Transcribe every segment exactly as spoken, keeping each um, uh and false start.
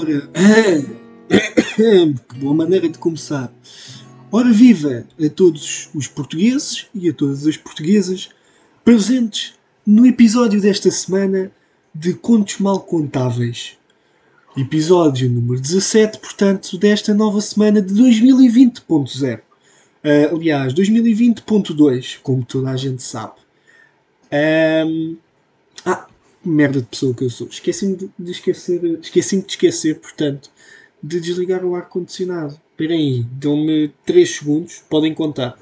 Ora, que boa maneira de começar. Ora viva a todos os portugueses e a todas as portuguesas presentes no episódio desta semana de Contos Mal Contáveis. Episódio número dezassete, portanto, desta nova semana de dois mil e vinte ponto zero. Uh, aliás, dois mil e vinte ponto dois, como toda a gente sabe. Um... Ah, merda de pessoa que eu sou. Esqueci-me de, de esquecer, esqueci-me de esquecer, portanto, de desligar o ar-condicionado. Espera aí, dão-me três segundos, podem contar.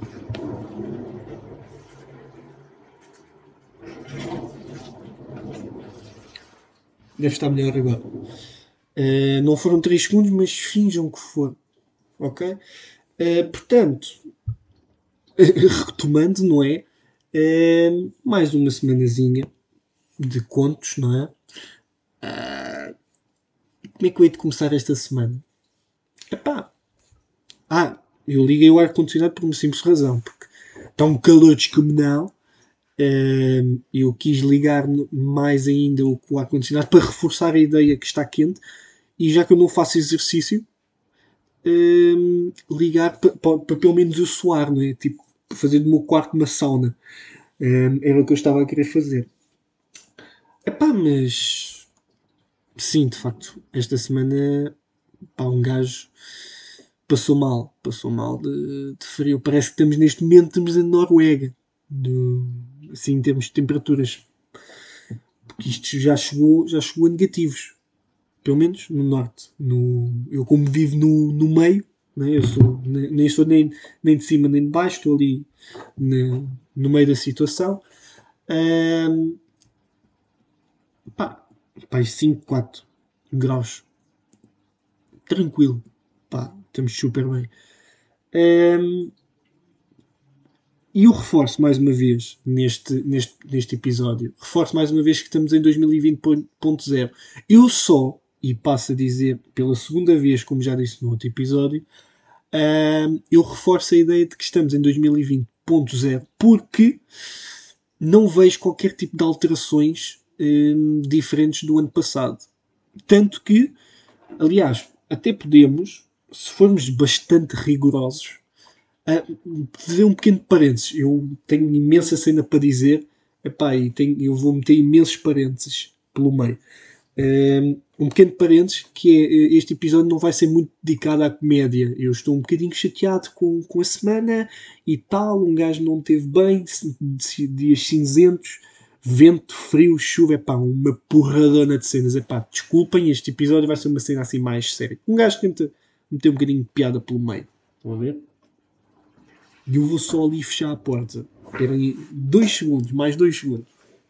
Deve estar melhor agora. Uh, não foram três segundos, mas finjam que foram. Ok? Uh, portanto, retomando, não é? Uh, mais uma semanazinha de contos, não é? Uh, como é que eu hei de começar esta semana? Epá. Ah, eu liguei o ar-condicionado por uma simples razão, porque está um calor descomunal. Uh, eu quis ligar mais ainda o, o ar-condicionado para reforçar a ideia que está quente, e já que eu não faço exercício, uh, ligar para, para, para pelo menos eu suar, não é? Tipo, fazer do meu quarto uma sauna. Uh, era o que eu estava a querer fazer. Epá, mas sim, de facto, esta semana pá, um gajo passou mal, passou mal de, de frio. Parece que estamos neste momento estamos na Noruega, do, assim em termos de temperaturas, porque isto já chegou, já chegou a negativos, pelo menos no norte. No, eu como vivo no, no meio, né, eu sou, nem, nem estou nem, nem de cima nem de baixo, estou ali na, no meio da situação. Um, pá, pá, cinco, quatro graus, tranquilo, pá, estamos super bem. Um, E eu reforço mais uma vez neste, neste, neste episódio, reforço mais uma vez que estamos em dois mil e vinte ponto zero. Eu só, e passo a dizer pela segunda vez, como já disse no outro episódio, uh, eu reforço a ideia de que estamos em dois mil e vinte ponto zero porque não vejo qualquer tipo de alterações uh, diferentes do ano passado. Tanto que, aliás, até podemos, se formos bastante rigorosos, Uh, fazer um pequeno parênteses. Eu tenho imensa cena para dizer. Epá, e tenho, eu vou meter imensos parênteses pelo meio. Uh, um pequeno parênteses que é, este episódio não vai ser muito dedicado à comédia. Eu estou um bocadinho chateado com, com a semana e tal. Um gajo não teve bem, dias cinzentos, vento, frio, chuva. Epá, uma porradona de cenas. Epá, desculpem, este episódio vai ser uma cena assim mais séria. Um gajo tenta meter um bocadinho de piada pelo meio. Estão a ver? E eu vou só ali fechar a porta. Esperem dois segundos, mais dois segundos.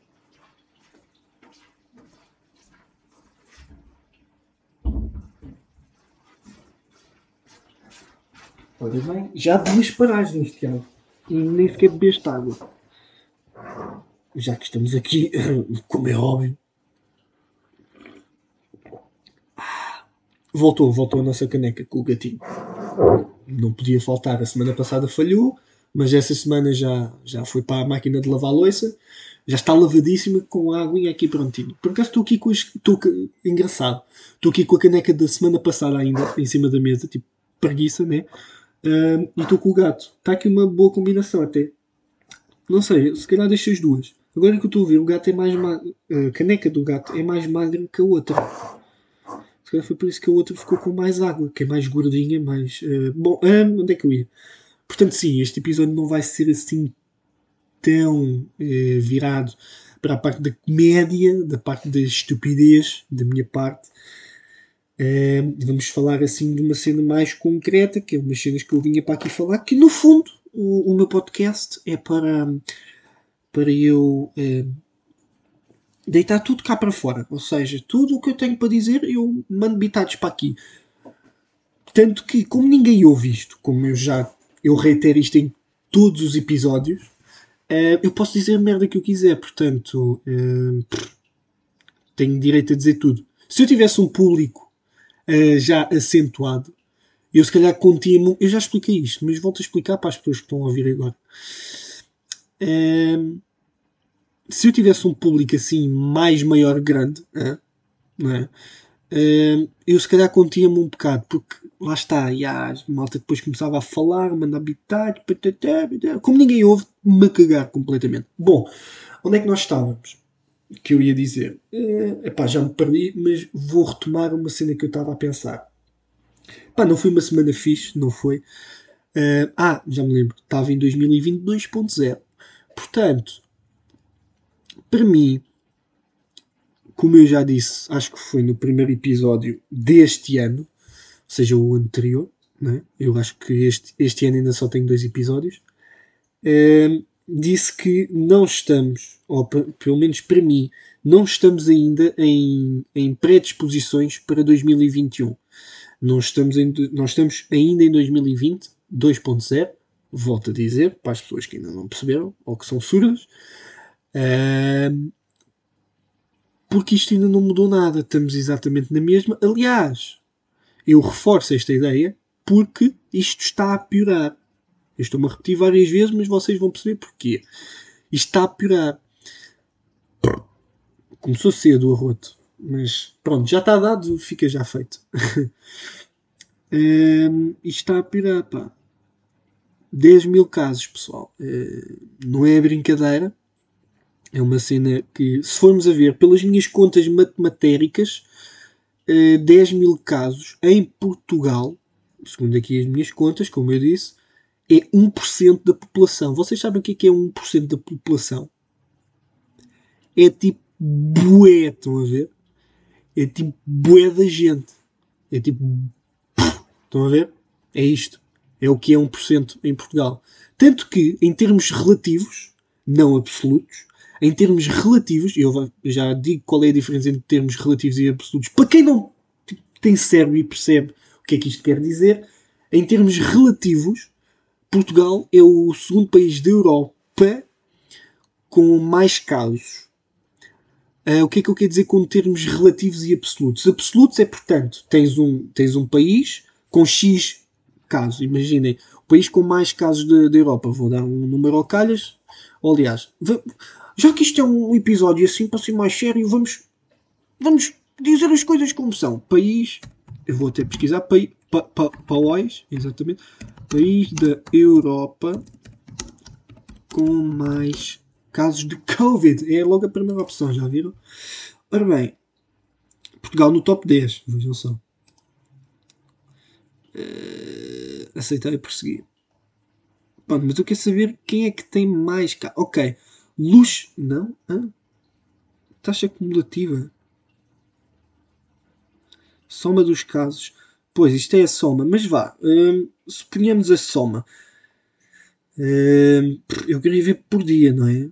Olha bem, já duas paragens, Tiago. E nem sequer bebeste água. Já que estamos aqui, como é óbvio. Voltou, voltou a nossa caneca com o gatinho. Não podia faltar. A semana passada falhou, mas essa semana já, já foi para a máquina de lavar a louça. Já está lavadíssima com a aguinha aqui prontinho. Por acaso estou aqui com as... Estou, engraçado. Estou aqui com a caneca da semana passada ainda, em cima da mesa. Tipo, preguiça, né? Uh, e estou com o gato. Está aqui uma boa combinação até. Não sei, se calhar deixo as duas. Agora que eu estou a ver, o gato é mais magro. A caneca do gato é mais magra que a outra. Se calhar foi por isso que a outra ficou com mais água, que é mais gordinha, mais... Uh, bom, um, onde é que eu ia? Portanto, sim, este episódio não vai ser assim tão uh, virado para a parte da comédia, da parte da estupidez, da minha parte. Uh, vamos falar assim de uma cena mais concreta, que é umas cenas que eu vinha para aqui falar, que no fundo o, o meu podcast é para, para eu... Uh, deitar tudo cá para fora. Ou seja, tudo o que eu tenho para dizer eu mando bitados para aqui. Tanto que, como ninguém ouve isto, como eu já eu reitero isto em todos os episódios, uh, eu posso dizer a merda que eu quiser. Portanto, uh, tenho direito a dizer tudo. Se eu tivesse um público uh, já acentuado, eu se calhar continha... Eu já expliquei isto, mas volto a explicar para as pessoas que estão a ouvir agora. Uh, se eu tivesse um público assim mais maior, grande, uh, não é? Uh, eu se calhar contia-me um bocado, porque lá está, e a malta depois começava a falar, mandar habitar, como ninguém ouve, me cagar completamente. Bom, onde é que nós estávamos? Que eu ia dizer, uh, epá, já me perdi, mas vou retomar uma cena que eu estava a pensar. Pá, não foi uma semana fixe, não foi. Uh, ah, já me lembro, estava em dois mil e vinte dois ponto zero. Portanto, para mim, como eu já disse, acho que foi no primeiro episódio deste ano, ou seja, o anterior, né? Eu acho que este, este ano ainda só tem dois episódios, uh, disse que não estamos, ou pelo menos para mim, não estamos ainda em, em predisposições para dois mil e vinte e um. Não estamos, em, nós estamos ainda em dois mil e vinte dois ponto zero, volto a dizer, para as pessoas que ainda não perceberam, ou que são surdas, uh, porque isto ainda não mudou nada, estamos exatamente na mesma. Aliás, eu reforço esta ideia porque isto está a piorar. Eu estou-me a repetir várias vezes, mas vocês vão perceber porquê. Isto está a piorar. Começou cedo o arroto, mas pronto, já está dado, fica já feito. um, isto está a piorar, pá. dez mil casos, pessoal. Uh, não é brincadeira. É uma cena que, se formos a ver, pelas minhas contas matemáticas, uh, dez mil casos em Portugal, segundo aqui as minhas contas, como eu disse, é um por cento da população. Vocês sabem o que é, que é um por cento da população? É tipo bué, estão a ver? É tipo bué da gente. É tipo... Estão a ver? É isto. É o que é um por cento em Portugal. Tanto que, em termos relativos, não absolutos, em termos relativos, eu já digo qual é a diferença entre termos relativos e absolutos, para quem não tem cérebro e percebe o que é que isto quer dizer, em termos relativos, Portugal é o segundo país da Europa com mais casos. Uh, o que é que eu quero dizer com termos relativos e absolutos? Absolutos é, portanto, tens um, tens um país com X casos. Imaginem, o país com mais casos da Europa. Vou dar um número ao calhas. Ou, aliás, já que isto é um episódio assim, para ser mais sério, vamos, vamos dizer as coisas como são. País, eu vou até pesquisar, país, pa, pa, país, exatamente, país da Europa com mais casos de Covid. É logo a primeira opção, já viram? Ora bem, Portugal no top dez, vejam só. Uh, aceitar e prosseguir. Bom, mas eu quero saber quem é que tem mais casos. Ok, luz, não? Hã? Taxa acumulativa. Soma dos casos. Pois, isto é a soma, mas vá. Hum, suponhamos a soma. Hum, eu queria ver por dia, não é?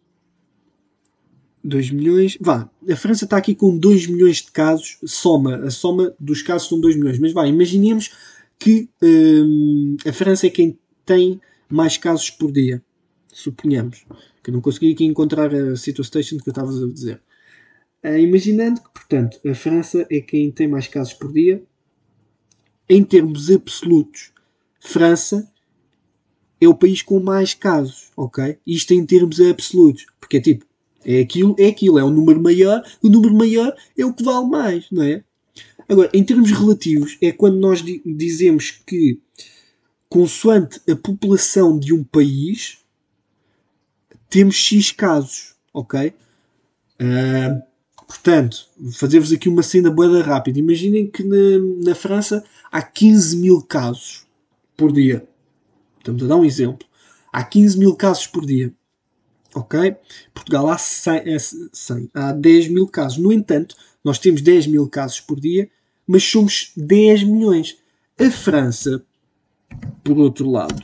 dois milhões. Vá, a França está aqui com dois milhões de casos. Soma. A soma dos casos são dois milhões. Mas vá, imaginemos que hum, a França é quem tem mais casos por dia. Suponhamos. Que eu não consegui aqui encontrar a situation que eu estava a dizer. Uh, imaginando que, portanto, a França é quem tem mais casos por dia. Em termos absolutos, França é o país com mais casos, ok? Isto em termos absolutos. Porque é tipo, é aquilo, é aquilo, é um número maior, o número maior é o que vale mais, não é? Agora, em termos relativos, é quando nós di- dizemos que, consoante a população de um país, temos X casos, ok? Uh, portanto, fazer-vos aqui uma cena boeda rápida. Imaginem que na, na França há quinze mil casos por dia. Estamos a dar um exemplo. Há quinze mil casos por dia. Ok? Portugal há, cem, cem, há dez mil casos. No entanto, nós temos dez mil casos por dia, mas somos dez milhões. A França, por outro lado,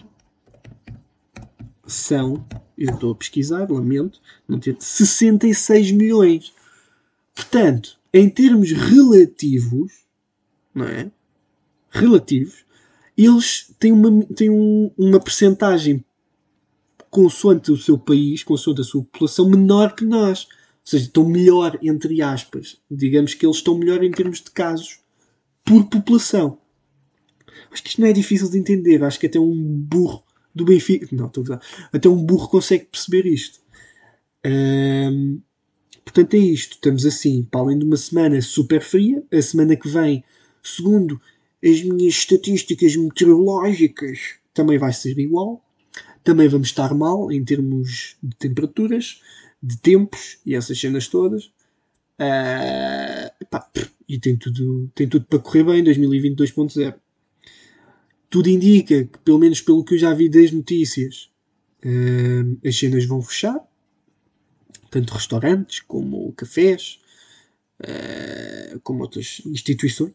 são, eu estou a pesquisar, lamento, não ter sessenta e seis milhões. Portanto, em termos relativos, não é? Relativos, eles têm uma, têm um, uma percentagem consoante o seu país, consoante a sua população, menor que nós. Ou seja, estão melhor, entre aspas. Digamos que eles estão melhor em termos de casos por população. Acho que isto não é difícil de entender. Acho que até um burro do Benfica... Não, estou a dizer. Até um burro consegue perceber isto. Hum, portanto é isto. Estamos assim, para além de uma semana super fria, a semana que vem, segundo as minhas estatísticas meteorológicas, também vai ser igual. Também vamos estar mal em termos de temperaturas, de tempos e essas cenas todas. Uh, epá, e tem tudo, tem tudo para correr bem em dois mil e vinte dois ponto zero. Tudo indica que, pelo menos pelo que eu já vi das notícias, uh, as cenas vão fechar. Tanto restaurantes como cafés, uh, como outras instituições.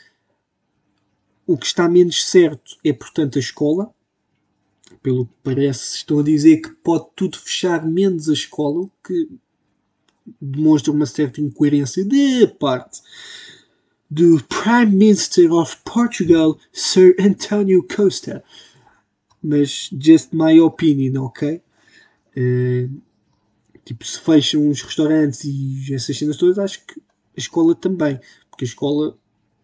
O que está menos certo é, portanto, a escola. Pelo que parece, estão a dizer que pode tudo fechar, menos a escola, o que demonstra uma certa incoerência de parte do Prime Minister of Portugal, Sir António Costa. Mas, just my opinion, ok? Uh, tipo, se fecham os restaurantes e essas cenas todas, acho que a escola também. Porque a escola,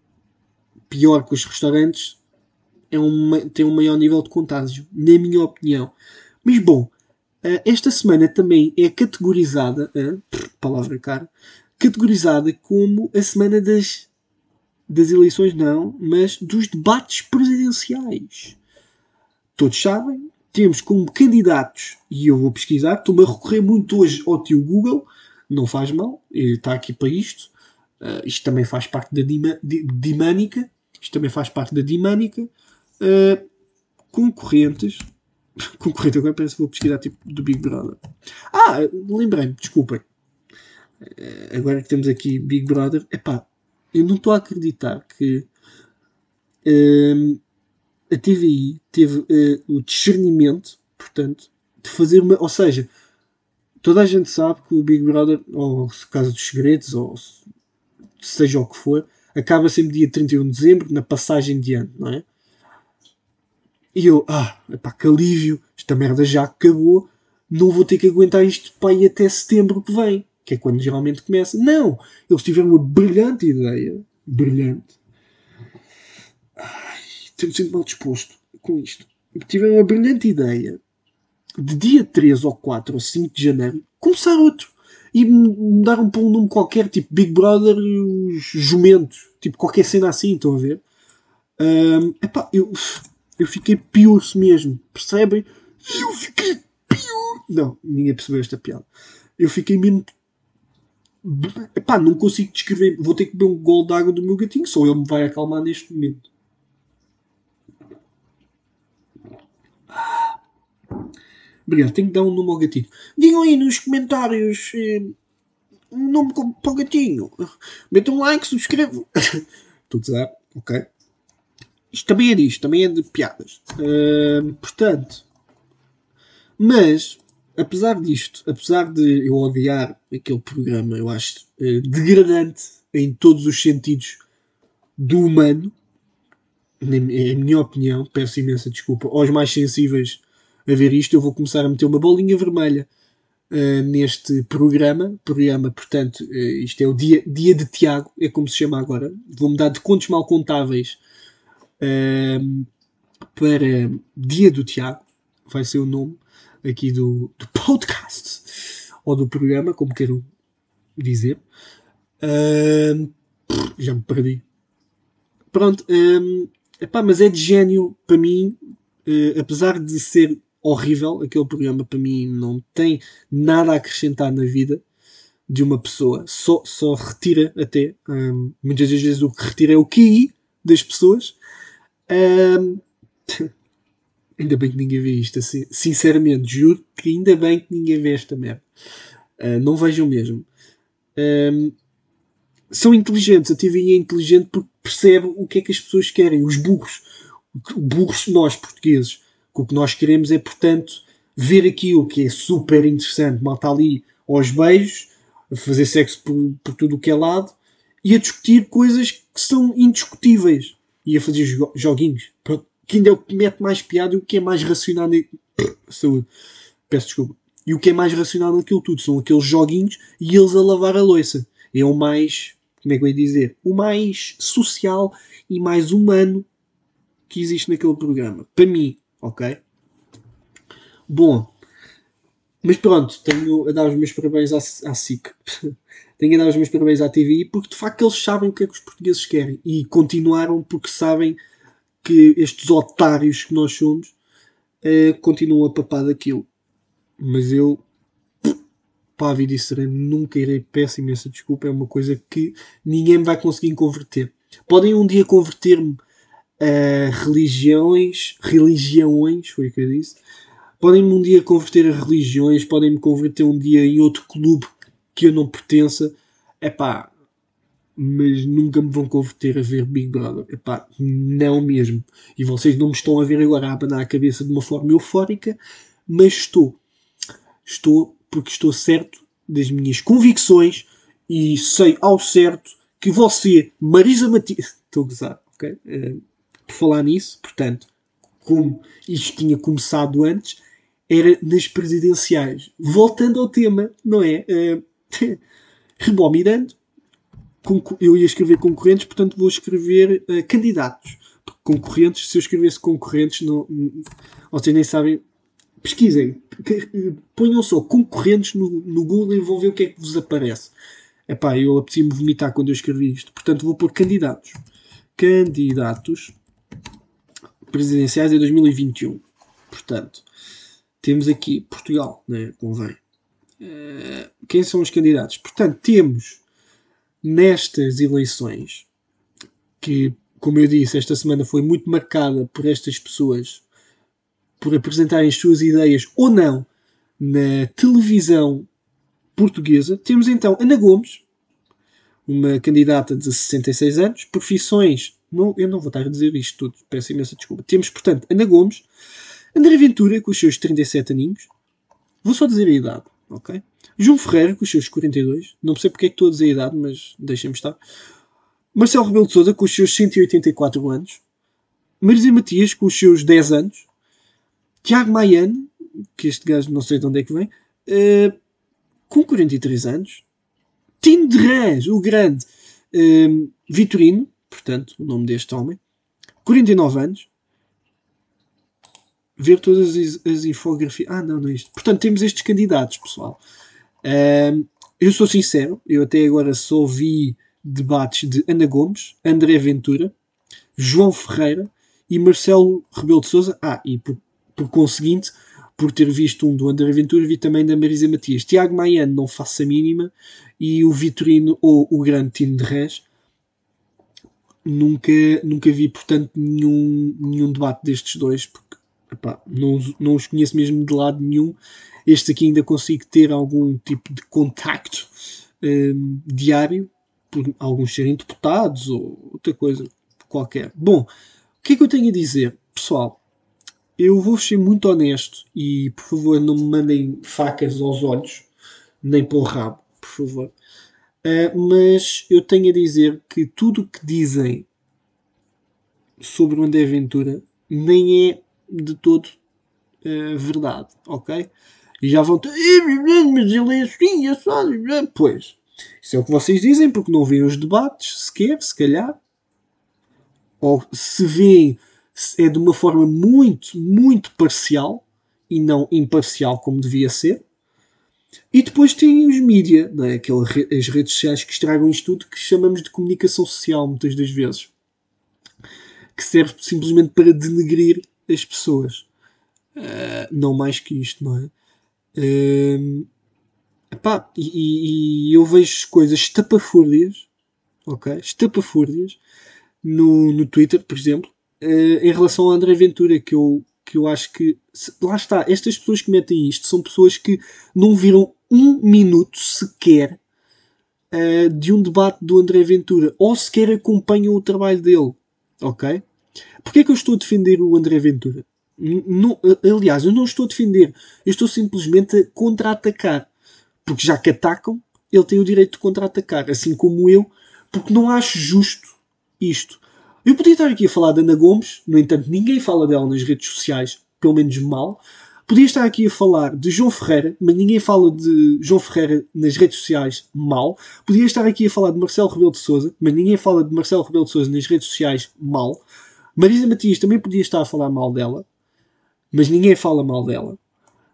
pior que os restaurantes, é um, tem um maior nível de contágio, na minha opinião. Mas, bom, esta semana também é categorizada, palavra cara, categorizada como a semana das, das eleições, não, mas dos debates presidenciais. Todos sabem, temos como candidatos, e eu vou pesquisar, estou-me a recorrer muito hoje ao tio Google, não faz mal, ele está aqui para isto. Uh, isto também faz parte da dima, di, dimânica, isto também faz parte da dimânica. Uh, concorrentes, concorrente, agora parece que vou pesquisar tipo do Big Brother. Ah, lembrei-me, desculpem. Uh, agora que temos aqui Big Brother, epá, eu não estou a acreditar que uh, a T V I teve uh, o discernimento, portanto, de fazer uma. Ou seja, toda a gente sabe que o Big Brother, ou Casa dos Segredos, ou seja o que for, acaba sempre dia trinta e um de dezembro, na passagem de ano, não é? E eu, ah, epá, que alívio, esta merda já acabou, não vou ter que aguentar isto para ir até setembro que vem, que é quando geralmente começa. Não! Eles tiveram uma brilhante ideia, brilhante. Ai, estou sendo mal disposto com isto. Tiveram uma brilhante ideia de dia três ou quatro ou cinco de janeiro começar outro. E mudaram para um nome qualquer, tipo Big Brother e os Jumentos. Tipo qualquer cena assim, estão a ver? Um, epá, eu, eu fiquei pior-se mesmo, percebem? Eu fiquei pior. Não, ninguém percebeu esta piada. Eu fiquei mesmo. Epá, não consigo descrever. Vou ter que beber um gol de água do meu gatinho, só ele me vai acalmar neste momento. Obrigado, tenho que dar um nome ao gatinho. Digam aí nos comentários eh, um nome para o gatinho. Metam um like, subscrevam. Estou a dizer, ok. Isto também é disto, também é de piadas. Uh, portanto, mas, apesar disto, apesar de eu odiar aquele programa, eu acho uh, degradante em todos os sentidos do humano, na minha opinião, peço imensa desculpa aos mais sensíveis a ver isto, eu vou começar a meter uma bolinha vermelha uh, neste programa. Programa, portanto, uh, isto é o dia, dia de Tiago, é como se chama agora. Vou-me dar de contos mal contáveis uh, para Dia do Tiago, vai ser o nome aqui do, do podcast ou do programa, como queiram dizer. Uh, já me perdi. Pronto, um, epá, mas é de gênio para mim, uh, apesar de ser horrível, aquele programa para mim não tem nada a acrescentar na vida de uma pessoa, só, só retira até, um, muitas das vezes o que retira é o Q I das pessoas. Um, ainda bem que ninguém vê isto assim. Sinceramente, juro que ainda bem que ninguém vê esta merda. Uh, não vejam mesmo. Um, são inteligentes. A T V I é inteligente porque percebe o que é que as pessoas querem. Os burros. Burros nós, portugueses. O que nós queremos é, portanto, ver aquilo que é super interessante. Malta ali aos beijos, a fazer sexo por, por tudo o que é lado e a discutir coisas que são indiscutíveis. E a fazer jo- joguinhos. Pronto. Que ainda é o que mete mais piada e o que é mais racional. Ne... Saúde. Peço desculpa. E o que é mais racional naquilo tudo são aqueles joguinhos e eles a lavar a louça. É o mais, como é que eu ia dizer? O mais social e mais humano que existe naquele programa. Para mim, ok? Bom, Mas pronto, tenho a dar os meus parabéns à, à S I C. Tenho a dar os meus parabéns à T V I, porque de facto eles sabem o que é que os portugueses querem. E continuaram porque sabem que estes otários que nós somos eh, continuam a papar daquilo. Mas eu, para a vida e sereno, nunca irei, peço imensa desculpa, é uma coisa que ninguém me vai conseguir converter. Podem um dia converter-me a religiões, religiões, foi o que eu disse. Podem-me um dia converter a religiões, podem-me converter um dia em outro clube que eu não pertença. Epá, mas nunca me vão converter a ver Big Brother. Epá, não mesmo. E vocês não me estão a ver agora a abanar a cabeça de uma forma eufórica, mas estou. Estou porque estou certo das minhas convicções e sei ao certo que você, Marisa Matias... Estou a gozar, ok? Uh, por falar nisso, portanto, como isto tinha começado antes, era nas presidenciais. Voltando ao tema, não é? Uh, rebomirando, eu ia escrever concorrentes, portanto vou escrever uh, candidatos. Porque concorrentes, se eu escrevesse concorrentes, não, vocês nem sabem. Pesquisem, ponham só concorrentes no, no Google e vão ver o que é que vos aparece. Epá, eu apetecia-me vomitar quando eu escrevi isto. Portanto, vou pôr candidatos. Candidatos presidenciais em dois mil e vinte e um. Portanto, temos aqui Portugal, né? Convém. Uh, quem são os candidatos? Portanto, temos nestas eleições, que, como eu disse, esta semana foi muito marcada por estas pessoas por apresentarem as suas ideias ou não na televisão portuguesa. Temos então Ana Gomes, uma candidata de sessenta e seis anos, profissões, não, eu não vou estar a dizer isto tudo, peço imensa desculpa. Temos, portanto, Ana Gomes, André Ventura, com os seus trinta e sete aninhos, vou só dizer a idade, ok? João Ferreira, com os seus quarenta e dois, não sei porque é que estou a dizer a idade, mas deixem-me estar. Marcelo Rebelo de Sousa, com os seus cento e oitenta e quatro anos, Marisa Matias, com os seus dez anos, Tiago Maia, que este gajo não sei de onde é que vem, uh, com quarenta e três anos. Tino de Rãs, o grande. Uh, Vitorino, portanto, o nome deste homem. quarenta e nove anos. Ver todas as, as infografias. Ah, não, não é isto. Portanto, temos estes candidatos, pessoal. Uh, eu sou sincero, eu até agora só vi debates de Ana Gomes, André Ventura, João Ferreira e Marcelo Rebelo de Sousa. Ah, e por Por conseguinte, por ter visto um do André Ventura, vi também da Marisa Matias. Tiago Maia não faço a mínima. E o Vitorino, ou o grande Tino de Rãs, nunca, nunca vi, portanto, nenhum, nenhum debate destes dois, porque epá, não, não os conheço mesmo de lado nenhum. Este aqui ainda consigo ter algum tipo de contacto um, diário, por alguns serem deputados ou outra coisa qualquer. Bom, o que é que eu tenho a dizer? Pessoal, eu vou ser muito honesto e, por favor, não me mandem facas aos olhos, nem pelo rabo, por favor. Uh, mas eu tenho a dizer que tudo o que dizem sobre o André Ventura nem é de todo uh, verdade, ok? E já vão ter, mas ele é assim, é só... Pois, isso é o que vocês dizem, porque não veem os debates, sequer, se calhar. Ou se veem, é de uma forma muito, muito parcial e não imparcial como devia ser. E depois tem os mídia, né? Aquelas, as redes sociais que estragam isto tudo, que chamamos de comunicação social muitas das vezes, que serve simplesmente para denegrir as pessoas, uh, não mais que isto, não é? Uh, epá, e, e eu vejo coisas estapafúrdias, ok? Estapafúrdias no, no Twitter, por exemplo, uh, em relação ao André Ventura, que eu, que eu acho que, lá está, estas pessoas que metem isto são pessoas que não viram um minuto sequer uh, de um debate do André Ventura, ou sequer acompanham o trabalho dele, ok? Porquê é que eu estou a defender o André Ventura? Não, aliás, eu não estou a defender, eu estou simplesmente a contra-atacar, porque já que atacam, ele tem o direito de contra-atacar, assim como eu, porque não acho justo isto. Eu podia estar aqui a falar da Ana Gomes, no entanto ninguém fala dela nas redes sociais, pelo menos mal. Podia estar aqui a falar de João Ferreira, mas ninguém fala de João Ferreira nas redes sociais mal. Podia estar aqui a falar de Marcelo Rebelo de Sousa, mas ninguém fala de Marcelo Rebelo de Sousa nas redes sociais mal. Marisa Matias também podia estar a falar mal dela, mas ninguém fala mal dela.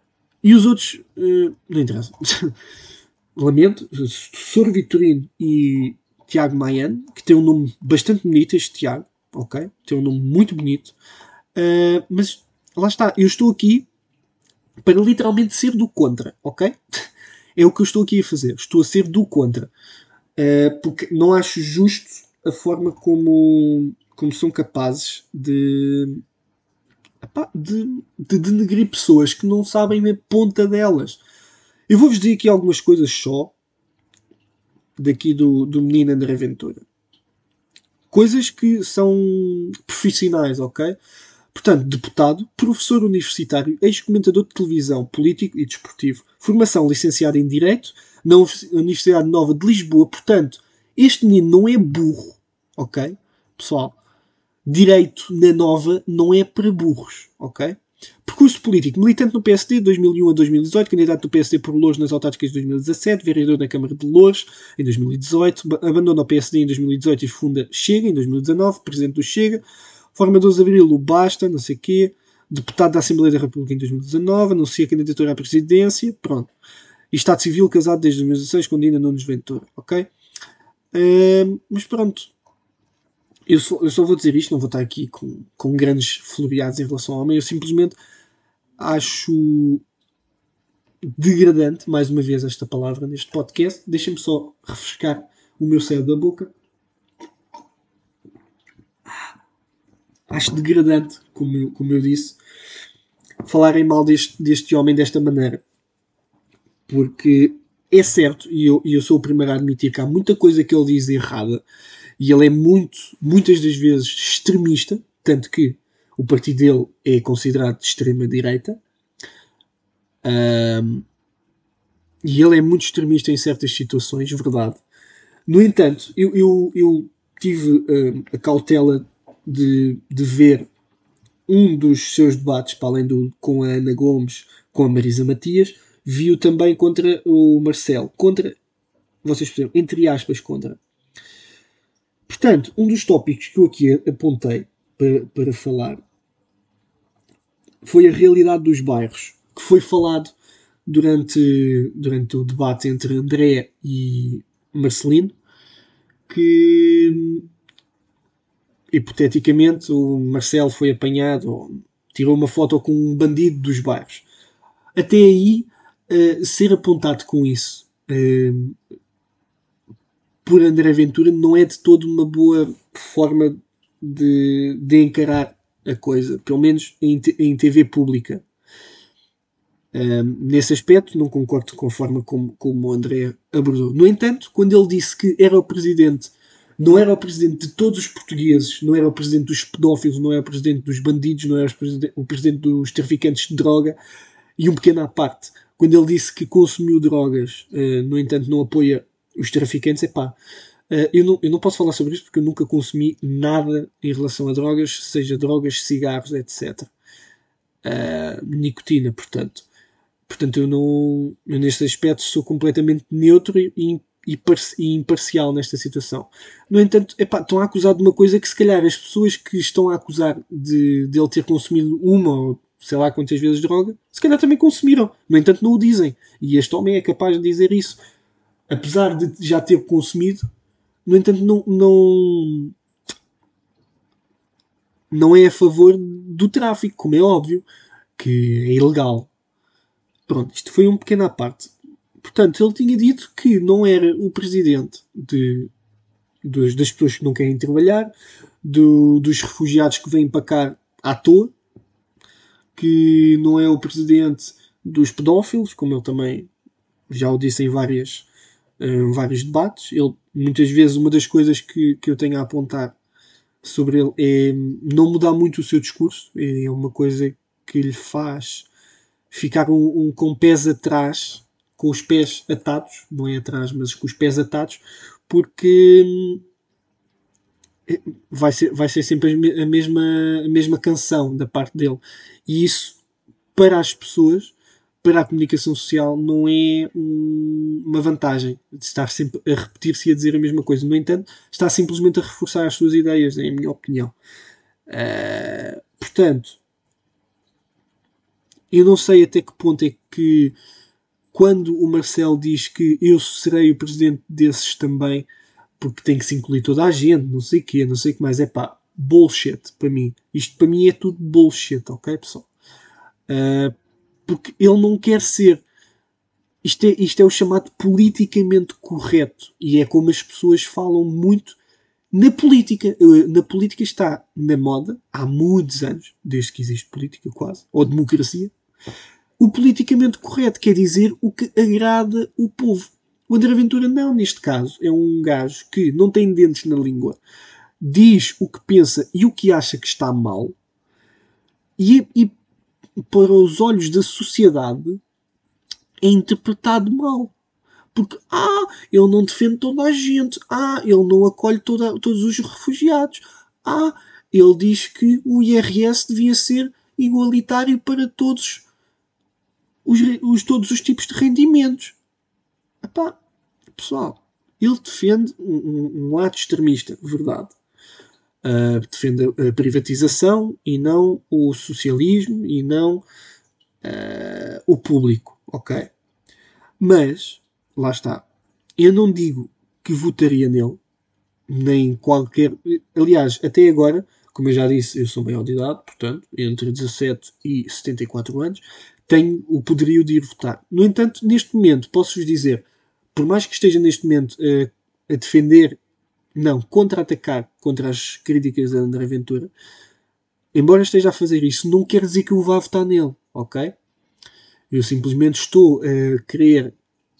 E os outros, uh, não interessa. Lamento, Sor Vitorino e Tiago Maiano, que tem um nome bastante bonito, este Tiago, ok? Tem um nome muito bonito. Uh, mas, lá está, eu estou aqui para literalmente ser do contra, ok? É o que eu estou aqui a fazer. Estou a ser do contra. Uh, porque não acho justo a forma como, como são capazes de, epá, de, de denegrir pessoas que não sabem a ponta delas. Eu vou-vos dizer aqui algumas coisas só daqui do, do menino André Ventura. Coisas que são profissionais, ok? Portanto, deputado, professor universitário, ex-comentador de televisão, político e desportivo. Formação licenciada em Direito na Universidade Nova de Lisboa. Portanto, este menino não é burro, ok? Pessoal, Direito na Nova não é para burros, ok? Percurso político. Militante no P S D de dois mil e um a dois mil e dezoito, candidato do P S D por Loures nas autárquicas de dois mil e dezassete, vereador na Câmara de Loures em dois mil e dezoito, abandona o P S D em dois mil e dezoito e funda Chega em dois mil e dezanove, presidente do Chega, forma doze de Abril o Basta, não sei o quê, deputado da Assembleia da República em dois mil e dezanove, anuncia a candidatura à presidência, pronto. E Estado Civil, casado desde dois mil e dezasseis com Dina Nunes Ventura, ok? Uh, mas pronto. Eu só, eu só vou dizer isto, não vou estar aqui com, com grandes floreados em relação ao homem, eu simplesmente acho degradante, mais uma vez esta palavra neste podcast. Deixem-me só refrescar o meu céu da boca. Acho degradante, como eu, como eu disse, falarem mal deste, deste homem desta maneira. Porque é certo, e eu, e eu sou o primeiro a admitir que há muita coisa que ele diz errada, e ele é muito, muitas das vezes extremista, tanto que o partido dele é considerado de extrema-direita, um, e ele é muito extremista em certas situações, verdade. No entanto, eu, eu, eu tive um, a cautela de, de ver um dos seus debates, para além do com a Ana Gomes, com a Marisa Matias, viu também contra o Marcelo. Contra, vocês percebem, entre aspas, contra. Portanto, um dos tópicos que eu aqui apontei para, para falar foi a realidade dos bairros, que foi falado durante, durante o debate entre André e Marcelino, que hipoteticamente o Marcelo foi apanhado, ou tirou uma foto com um bandido dos bairros. Até aí, uh, ser apontado com isso uh, por André Ventura não é de todo uma boa forma de, de encarar a coisa, pelo menos em, em T V pública. Um, nesse aspecto, não concordo com a forma como, como o André abordou. No entanto, quando ele disse que era o presidente, não era o presidente de todos os portugueses, não era o presidente dos pedófilos, não era o presidente dos bandidos, não era o presidente, o presidente dos traficantes de droga, e um pequeno à parte, quando ele disse que consumiu drogas, uh, no entanto não apoia os traficantes, é pá, uh, eu, não, eu não posso falar sobre isto porque eu nunca consumi nada em relação a drogas, seja drogas, cigarros, etcétera. Uh, nicotina, portanto. Portanto, eu não, eu neste aspecto sou completamente neutro e, e, e imparcial nesta situação. No entanto, epá, estão a acusar de uma coisa que se calhar as pessoas que estão a acusar de, de ele ter consumido uma ou sei lá quantas vezes droga, se calhar também consumiram. No entanto, não o dizem. E este homem é capaz de dizer isso. Apesar de já ter consumido, no entanto, não, não, não é a favor do tráfico, como é óbvio, que é ilegal. Pronto, isto foi um pequeno à parte. Portanto, ele tinha dito que não era o presidente de, dos, das pessoas que não querem trabalhar, do, dos refugiados que vêm para cá à toa, que não é o presidente dos pedófilos, como ele também já o disse em várias, em vários debates. Ele, muitas vezes, uma das coisas que, que eu tenho a apontar sobre ele é não mudar muito o seu discurso. É uma coisa que lhe faz ficar um, um, com pés atrás, com os pés atados, não é atrás, mas com os pés atados, porque vai ser, vai ser sempre a mesma, a mesma canção da parte dele. E isso, para as pessoas, para a comunicação social, não é um, uma vantagem de estar sempre a repetir-se e a dizer a mesma coisa. No entanto, está simplesmente a reforçar as suas ideias, é a minha opinião. Uh, portanto, eu não sei até que ponto é que, quando o Marcelo diz que eu serei o presidente desses também, porque tem que se incluir toda a gente, não sei o quê, não sei o que mais, é pá, bullshit para mim. Isto para mim é tudo bullshit, ok, pessoal? Uh, porque ele não quer ser. Isto é, isto é o chamado politicamente correto. E é como as pessoas falam muito na política. Na política está na moda há muitos anos, desde que existe política quase, ou democracia. O politicamente correto quer dizer o que agrada o povo. O André Ventura não, neste caso. É um gajo que não tem dentes na língua, diz o que pensa e o que acha que está mal, e, e para os olhos da sociedade é interpretado mal. Porque, ah, ele não defende toda a gente. Ah, ele não acolhe toda, todos os refugiados. Ah, ele diz que o I R S devia ser igualitário para todos os, os, todos os tipos de rendimentos. Epá, pessoal, ele defende um, um, um ato extremista, verdade. Uh, defende a privatização e não o socialismo e não uh, o público, ok? Mas, lá está, eu não digo que votaria nele, nem qualquer... Aliás, até agora, como eu já disse, eu sou maior de idade, portanto, entre dezassete e setenta e quatro anos, tenho o poderio de ir votar. No entanto, neste momento, posso-vos dizer, por mais que esteja neste momento uh, a defender, não, contra-atacar contra as críticas de André Ventura, embora esteja a fazer isso, não quer dizer que eu vá votar nele, ok? Eu simplesmente estou a querer,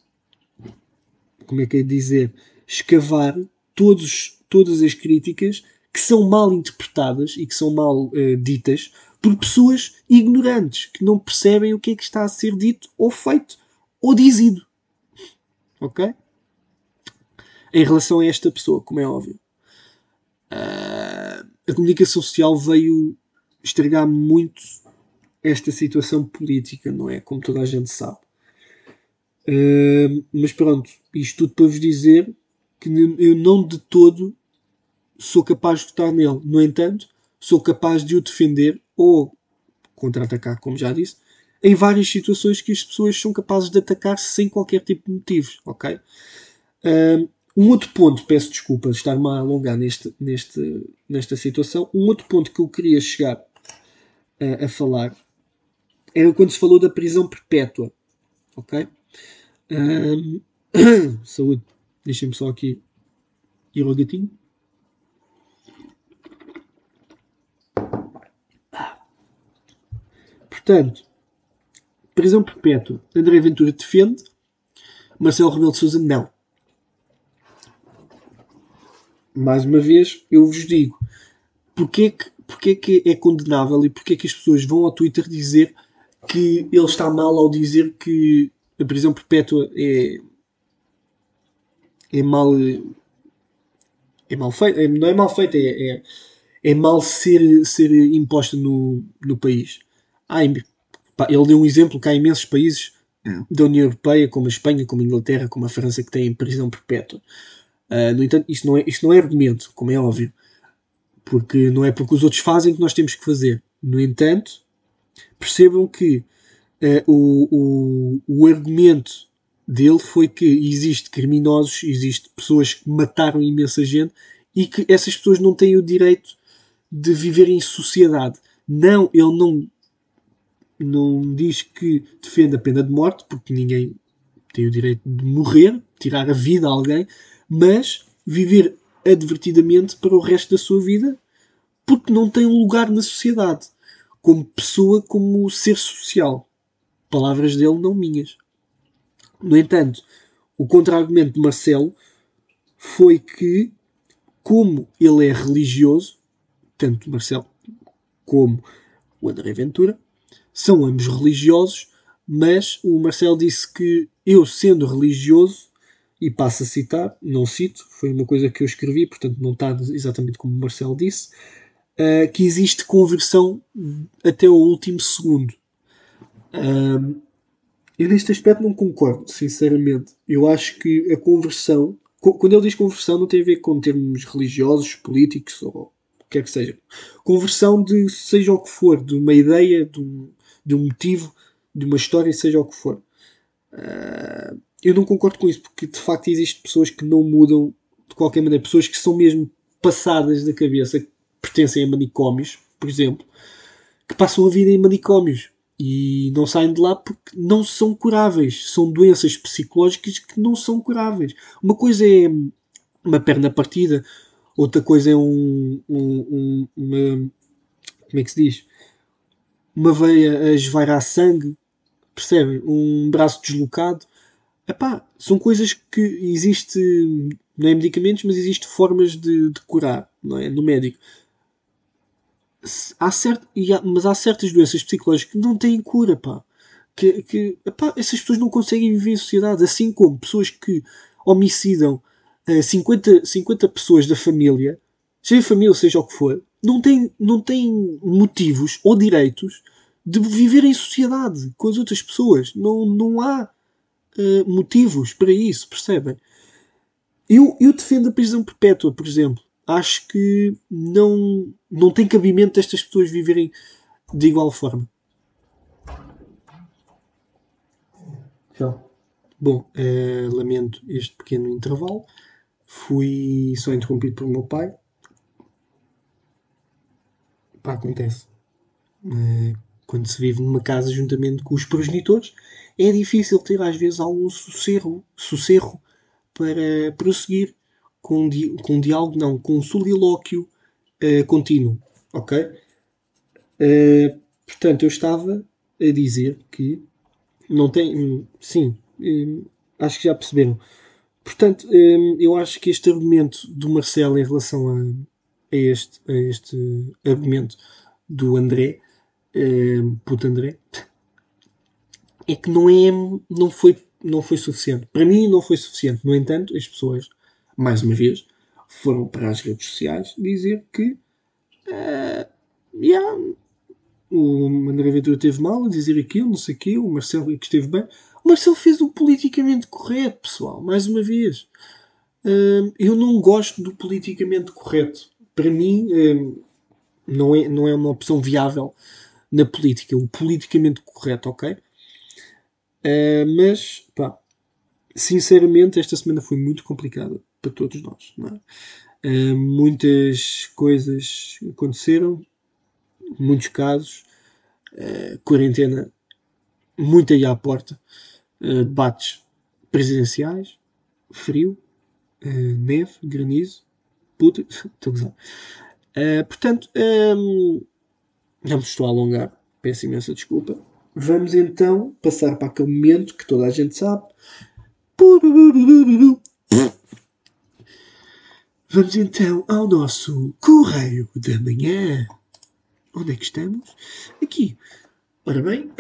como é que é dizer, escavar todos, todas as críticas que são mal interpretadas e que são mal uh, ditas por pessoas ignorantes, que não percebem o que é que está a ser dito ou feito ou dizido. Ok? Em relação a esta pessoa, como é óbvio, uh, a comunicação social veio estragar muito esta situação política, não é? Como toda a gente sabe. Uh, mas pronto, isto tudo para vos dizer que eu não de todo sou capaz de votar nele. No entanto, sou capaz de o defender ou contra-atacar, como já disse, em várias situações que as pessoas são capazes de atacar sem qualquer tipo de motivos, ok? Uh, um outro ponto, peço desculpa de estar-me a alongar neste, neste, nesta situação, um outro ponto que eu queria chegar uh, a falar era quando se falou da prisão perpétua, ok? Uh, saúde, deixem-me só aqui ir ao gatinho. Portanto, prisão perpétua, André Ventura defende, Marcelo Rebelo de Sousa não. Mais uma vez, eu vos digo, porque é que, porque é, que é condenável e porque é que as pessoas vão ao Twitter dizer que ele está mal ao dizer que a prisão perpétua é, é mal é mal feita, é, não é mal feita, é, é, é mal ser, ser imposta no, no país. Ah, pá, ele deu um exemplo que há imensos países da União Europeia, como a Espanha, como a Inglaterra, como a França, que têm prisão perpétua. Uh, no entanto, isto não, é, isto não é argumento, como é óbvio, porque não é porque os outros fazem que nós temos que fazer. No entanto, percebam que uh, o, o, o argumento dele foi que existe criminosos, existe pessoas que mataram imensa gente e que essas pessoas não têm o direito de viver em sociedade. Não, ele não, não diz que defende a pena de morte, porque ninguém tem o direito de morrer, tirar a vida a alguém, mas viver advertidamente para o resto da sua vida, porque não tem um lugar na sociedade, como pessoa, como ser social. Palavras dele, não minhas. No entanto, o contra-argumento de Marcelo foi que, como ele é religioso, tanto Marcelo como o André Ventura, são ambos religiosos, mas o Marcelo disse que eu, sendo religioso, e passo a citar, não cito, foi uma coisa que eu escrevi, portanto não está exatamente como o Marcelo disse, uh, que existe conversão até ao último segundo. Um, eu neste aspecto não concordo, sinceramente. Eu acho que a conversão, quando ele diz conversão, não tem a ver com termos religiosos, políticos ou o que quer que seja. Conversão de seja o que for, de uma ideia, de um, de um motivo, de uma história, seja o que for. Uh, eu não concordo com isso, porque de facto existem pessoas que não mudam de qualquer maneira, pessoas que são mesmo passadas da cabeça, que pertencem a manicômios, por exemplo, que passam a vida em manicômios e não saem de lá porque não são curáveis. São doenças psicológicas que não são curáveis. Uma coisa é uma perna partida, outra coisa é um, um, um uma, como é que se diz? Uma veia a esvairar sangue, percebem? Um braço deslocado. Epá, são coisas que existe, não é medicamentos, mas existe formas de, de curar, não é? No médico. Há cert, há, mas há certas doenças psicológicas que não têm cura, pá. Que, que epá, essas pessoas não conseguem viver em sociedade, assim como pessoas que homicidam uh, cinquenta, cinquenta pessoas da família, seja família, seja o que for, não têm, não têm motivos ou direitos de viver em sociedade com as outras pessoas. Não, não há uh, motivos para isso, percebem? Eu, eu defendo a prisão perpétua, por exemplo. Acho que não, não tem cabimento estas pessoas viverem de igual forma. Tchau. Bom, uh, lamento este pequeno intervalo. Fui só interrompido pelo meu pai. Pá, acontece. Uh, quando se vive numa casa juntamente com os progenitores, é difícil ter às vezes algum sossego, sossego para prosseguir com um, di com um diálogo, não, com um solilóquio uh, contínuo. Ok? Uh, portanto, eu estava a dizer que não tem. Sim, um, acho que já perceberam. Portanto, um, eu acho que este argumento do Marcelo em relação a, a, este, a este argumento do André, um, puto André, é que não, é, não, foi, não foi suficiente. Para mim, não foi suficiente. No entanto, as pessoas, mais uma vez, foram para as redes sociais dizer que uh, yeah, o André Ventura teve mal a dizer aquilo, não sei o quê, o Marcelo é que esteve bem. O Marcelo fez o politicamente correto, pessoal, mais uma vez. Uh, eu não gosto do politicamente correto. Para mim, uh, não, é, não é uma opção viável na política. O politicamente correto, ok? Uh, mas, pá, sinceramente, esta semana foi muito complicada para todos nós. Não é? Uh, muitas coisas aconteceram, muitos casos, uh, quarentena muito aí à porta, uh, debates presidenciais, frio, uh, neve, granizo, puta, estou a gozar. Uh, portanto, um, já me estou a alongar, peço imensa desculpa. Vamos então passar para aquele momento que toda a gente sabe. Vamos então ao nosso Correio da Manhã. Onde é que estamos? Aqui. Ora bem.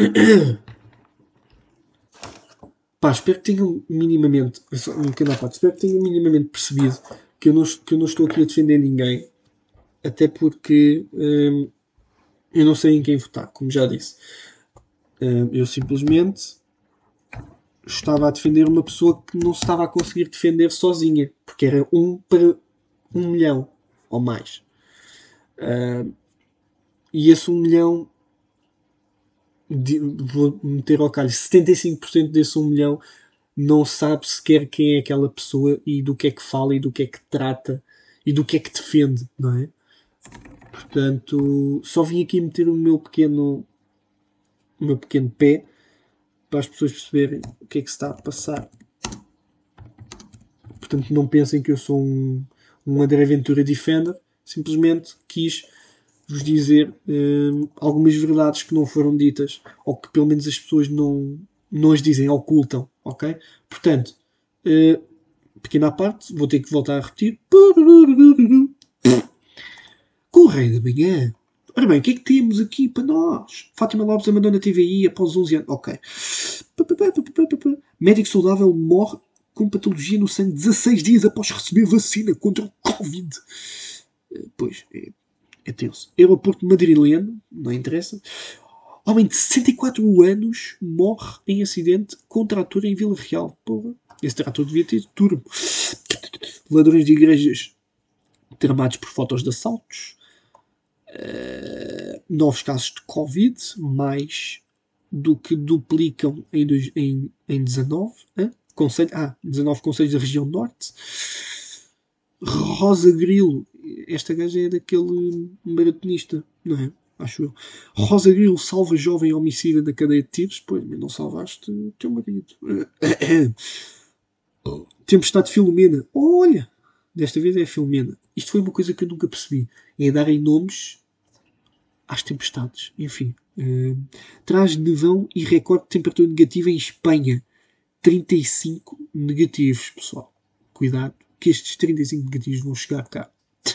Pá, espero que tenham minimamente, um bocadinho à parte, espero que tenham minimamente percebido que eu não, que eu não estou aqui a defender ninguém, até porque hum, eu não sei em quem votar, como já disse. Hum, eu simplesmente estava a defender uma pessoa que não se estava a conseguir defender sozinha, porque era um para um milhão ou mais. Hum, e esse um milhão, de, vou meter ao calho, setenta e cinco por cento desse um milhão não sabe sequer quem é aquela pessoa e do que é que fala e do que é que trata e do que é que defende, não é? Portanto, só vim aqui meter o meu pequeno o meu pequeno pé para as pessoas perceberem o que é que se está a passar. Portanto, não pensem que eu sou um, um André Ventura Defender, simplesmente quis vos dizer hum, algumas verdades que não foram ditas, ou que pelo menos as pessoas não, não as dizem, ocultam, ok? Portanto, uh, pequena parte, vou ter que voltar a repetir. Correio da Manhã. Ora bem, o que é que temos aqui para nós? Fátima Lopes abandona a T V I após onze anos. Ok. Médico saudável morre com patologia no sangue dezasseis dias após receber vacina contra o Covid. Pois, é, é tenso. Aeroporto madrileno, não interessa. Homem de sessenta e quatro anos morre em acidente com trator em Vila Real. Porra, esse trator devia ter turbo. Ladrões de igrejas tramados por fotos de assaltos. Uh, novos casos de Covid, mais do que duplicam em, dois, em, em dezanove. Hein? Conselho, ah, dezanove conselhos da região norte. Rosa Grilo, esta gaja é daquele maratonista, não é? Acho eu. Rosa Grilo salva jovem homicida na cadeia de tiros. Pois, mas não salvaste o teu marido. Tempestade Filomena. Olha, desta vez é a Filomena. Isto foi uma coisa que eu nunca percebi. É darem nomes às tempestades. Enfim. Uh, traz nevão e recorde de temperatura negativa em Espanha. trinta e cinco negativos, pessoal. Cuidado, que estes trinta e cinco negativos vão chegar cá.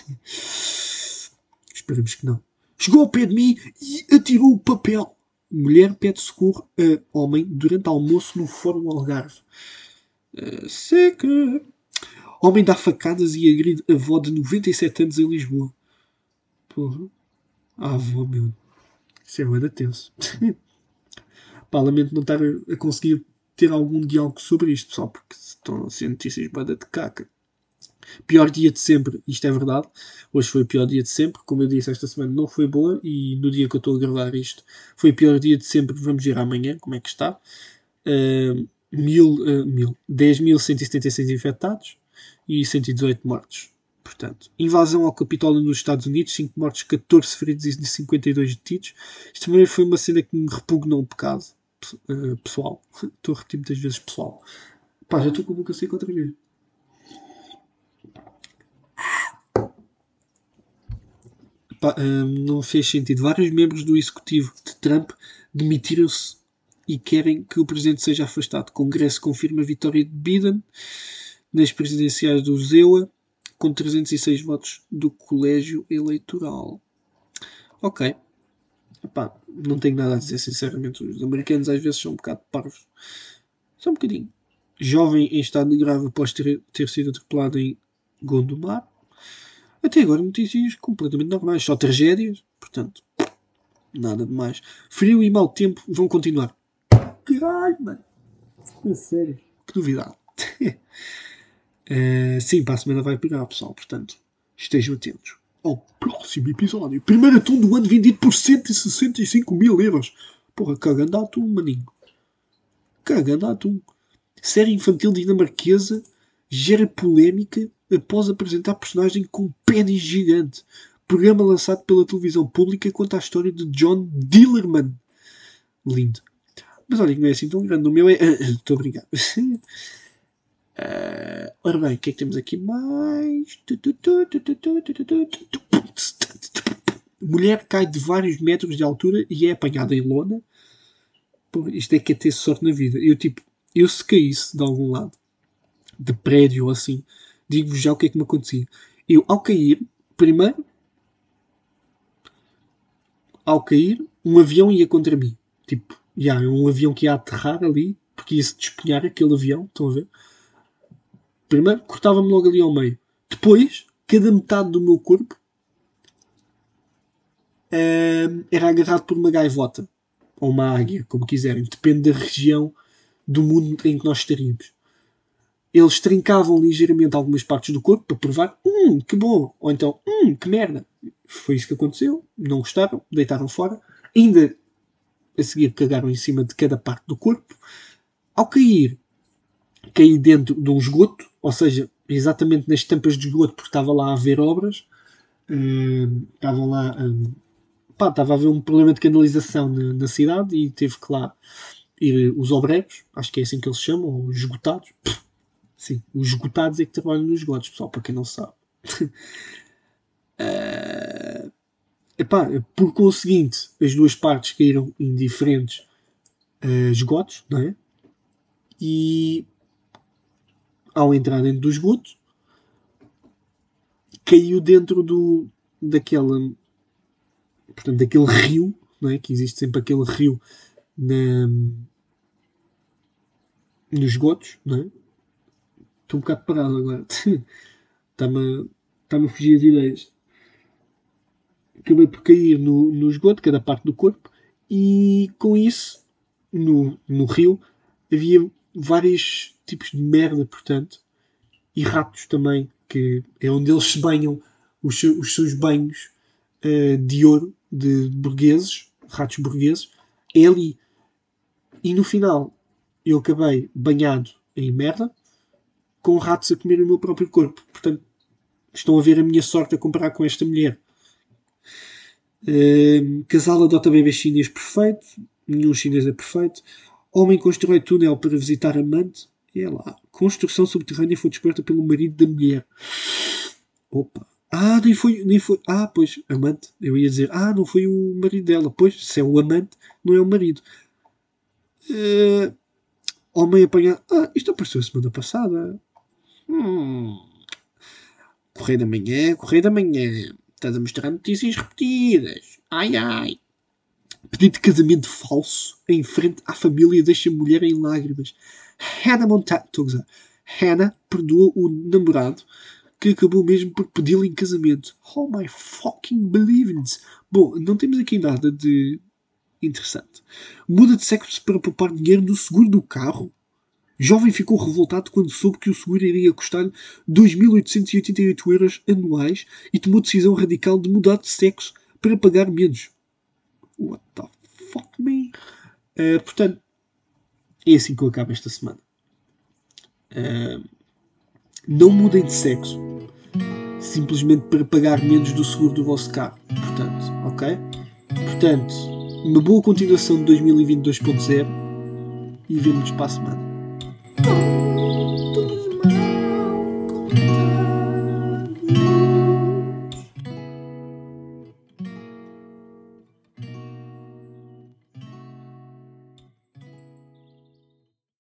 Esperemos que não. Chegou ao pé de mim e atirou o papel. Mulher pede socorro a homem durante almoço no Fórum Algarve. Uh, seca. Homem dá facadas e agride a avó de noventa e sete anos em Lisboa. Porra. A avó, meu. Isso é muito tenso. Pá, lamento não estar a conseguir ter algum diálogo sobre isto, pessoal, porque estão a ser notícias bada de caca. Pior dia de sempre, isto é verdade. Hoje foi o pior dia de sempre. Como eu disse, esta semana não foi boa e no dia que eu estou a gravar isto foi o pior dia de sempre. Vamos ver amanhã como é que está. Uh, mil, uh, mil, dez mil cento e setenta e seis infectados e cento e dezoito mortos. Portanto, invasão ao Capitólio nos Estados Unidos, cinco mortos, catorze feridos e cinquenta e dois detidos. Isto também foi uma cena que me repugnou um bocado. Uh, pessoal. Estou a repetir muitas vezes pessoal. Pá, já estou com a boca seca outra vez. Pá, uh, não fez sentido. Vários membros do executivo de Trump demitiram-se e querem que o presidente seja afastado. O Congresso confirma a vitória de Biden nas presidenciais do Z E U A com trezentos e seis votos do colégio eleitoral. Ok. Epá, não tenho nada a dizer, sinceramente. Os americanos às vezes são um bocado parvos. Só um bocadinho. Jovem em estado de grave após ter, ter sido atropelado em Gondomar. Até agora notícias completamente normais. Só tragédias. Portanto, nada de mais. Frio e mau tempo vão continuar. Caralho, mano. É sério. Que novidade. uh, sim, para a semana vai pegar, pessoal. Portanto, estejam atentos ao próximo episódio. Primeiro atum do ano vendido por cento e sessenta e cinco mil euros. Porra, cagando a atum, maninho. Cagando a atum. Série infantil dinamarquesa gera polémica após apresentar personagem com pênis gigante. Programa lançado pela televisão pública conta a história de John Dillerman. Lindo. Mas olha que não é assim tão grande. O meu é... Estou a brincar. Uh, ora bem, o que é que temos aqui mais? Mulher cai de vários metros de altura e é apanhada em lona. Pô, isto é que é ter sorte na vida. Eu, tipo, eu se caísse de algum lado, de prédio ou assim, digo-vos já o que é que me acontecia. Eu, ao cair, primeiro, ao cair, um avião ia contra mim. Tipo, já, um avião que ia aterrar ali, porque ia-se despenhar aquele avião, estão a ver? Primeiro, cortava-me logo ali ao meio. Depois, cada metade do meu corpo uh, era agarrado por uma gaivota. Ou uma águia, como quiserem. Depende da região do mundo em que nós estaríamos. Eles trincavam ligeiramente algumas partes do corpo para provar, hum, que bom. Ou então, hum, que merda. Foi isso que aconteceu. Não gostaram, deitaram fora. Ainda a seguir cagaram em cima de cada parte do corpo. Ao cair, caí dentro de um esgoto, ou seja, exatamente nas tampas de esgoto, porque estava lá a haver obras, uh, estavam lá, um, pá, estava a haver um problema de canalização na, na cidade e teve que lá ir os obreiros, acho que é assim que eles chamam, os esgotados. Pff, sim, os esgotados é que trabalham nos esgotos, pessoal, para quem não sabe. uh, epá, por conseguinte, as duas partes caíram em diferentes uh, esgotos, não é? E ao entrar dentro do esgoto, caiu dentro do daquela, portanto, daquele rio, não é? Que existe sempre aquele rio na, nos esgotos, não é? Estou um bocado parado agora. Está-me está-me a fugir as ideias. Acabei por cair no, no esgoto, cada parte do corpo, e com isso, no, no rio, havia vários tipos de merda, portanto, e ratos também, que é onde eles se banham os, seus, os seus banhos uh, de ouro de burgueses, ratos burgueses, é ali. E no final eu acabei banhado em merda, com ratos a comer o meu próprio corpo. Portanto, estão a ver a minha sorte a comparar com esta mulher. Uh, casal adota bebês chinês perfeito. Nenhum chinês é perfeito. Homem constrói túnel para visitar amante. E é lá. Construção subterrânea foi descoberta pelo marido da mulher. Opa. Ah, nem foi, nem foi. Ah, pois, amante. Eu ia dizer, ah, não foi o marido dela. Pois, se é o amante, não é o marido. Uh, homem apanhado. Ah, isto apareceu a semana passada. Hum. Correio da Manhã, Correio da Manhã. Estás a mostrar notícias repetidas. Ai, ai. Pedido de casamento falso em frente à família deixa a mulher em lágrimas. Hannah Montana. Estou a gozar. Hannah perdoa o namorado que acabou mesmo por pedi-la em casamento. Oh my fucking believings. Bom, não temos aqui nada de interessante. Muda de sexo para poupar dinheiro no seguro do carro. Jovem ficou revoltado quando soube que o seguro iria custar dois mil oitocentos e oitenta e oito euros anuais e tomou decisão radical de mudar de sexo para pagar menos. What the fuck, man? Uh, portanto, é assim que eu acabo esta semana. Uh, não mudem de sexo simplesmente para pagar menos do seguro do vosso carro. Portanto, ok? Portanto, uma boa continuação de dois mil e vinte dois ponto zero e vemo-nos para a semana.